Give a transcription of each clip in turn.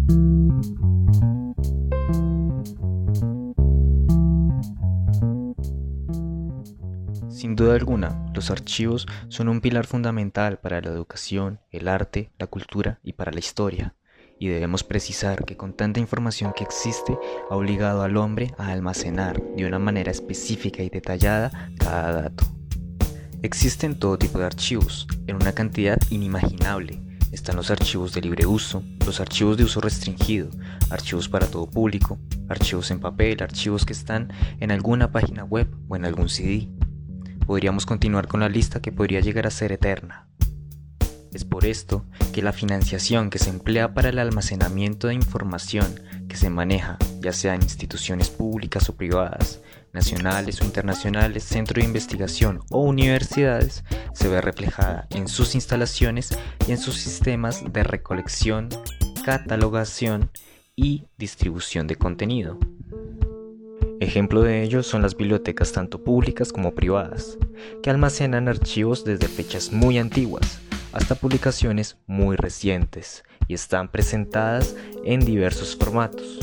Sin duda alguna, los archivos son un pilar fundamental para la educación, el arte, la cultura y para la historia. Y debemos precisar que con tanta información que existe, ha obligado al hombre a almacenar de una manera específica y detallada cada dato. Existen todo tipo de archivos, en una cantidad inimaginable. Están los archivos de libre uso, los archivos de uso restringido, archivos para todo público, archivos en papel, archivos que están en alguna página web o en algún CD. Podríamos continuar con la lista que podría llegar a ser eterna. Es por esto que la financiación que se emplea para el almacenamiento de información que se maneja, ya sea en instituciones públicas o privadas, nacionales o internacionales, centros de investigación o universidades, se ve reflejada en sus instalaciones y en sus sistemas de recolección, catalogación y distribución de contenido. Ejemplo de ello son las bibliotecas tanto públicas como privadas, que almacenan archivos desde fechas muy antiguas hasta publicaciones muy recientes y están presentadas en diversos formatos.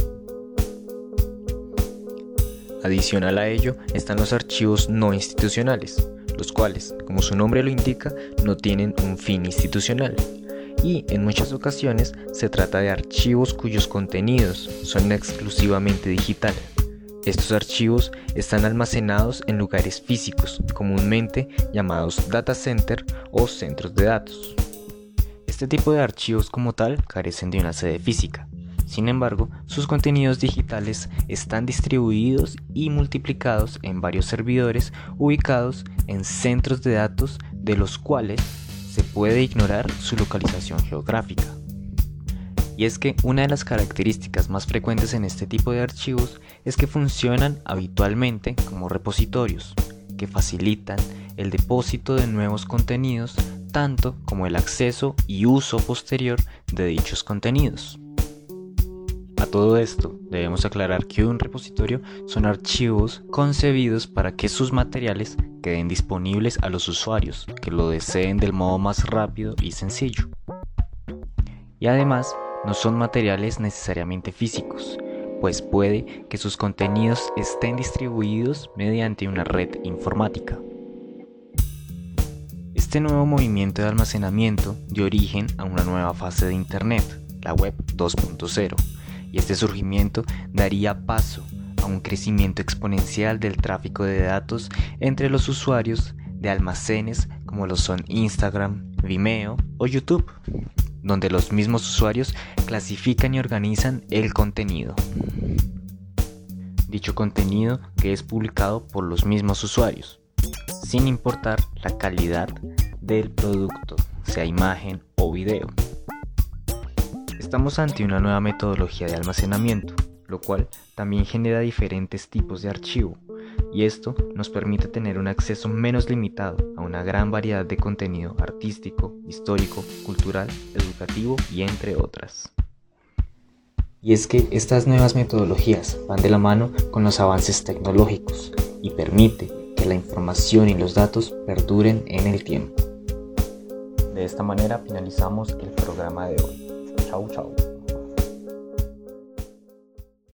Adicional a ello están los archivos no institucionales, los cuales, como su nombre lo indica, no tienen un fin institucional. Y en muchas ocasiones se trata de archivos cuyos contenidos son exclusivamente digitales. Estos archivos están almacenados en lugares físicos, comúnmente llamados data center o centros de datos. Este tipo de archivos como tal carecen de una sede física. Sin embargo, sus contenidos digitales están distribuidos y multiplicados en varios servidores ubicados en centros de datos de los cuales se puede ignorar su localización geográfica. Y es que una de las características más frecuentes en este tipo de archivos es que funcionan habitualmente como repositorios, que facilitan el depósito de nuevos contenidos, tanto como el acceso y uso posterior de dichos contenidos. A todo esto, debemos aclarar que un repositorio son archivos concebidos para que sus materiales queden disponibles a los usuarios que lo deseen del modo más rápido y sencillo. Y además, no son materiales necesariamente físicos, pues puede que sus contenidos estén distribuidos mediante una red informática. Este nuevo movimiento de almacenamiento dio origen a una nueva fase de Internet, la Web 2.0, y este surgimiento daría paso a un crecimiento exponencial del tráfico de datos entre los usuarios de almacenes como lo son Instagram, Vimeo o YouTube, donde los mismos usuarios clasifican y organizan el contenido. Dicho contenido que es publicado por los mismos usuarios, sin importar la calidad del producto, sea imagen o video. Estamos ante una nueva metodología de almacenamiento, lo cual también genera diferentes tipos de archivo, y esto nos permite tener un acceso menos limitado a una gran variedad de contenido artístico, histórico, cultural, educativo y entre otras. Y es que estas nuevas metodologías van de la mano con los avances tecnológicos y permite que la información y los datos perduren en el tiempo. De esta manera finalizamos el programa de hoy. Chau, chau.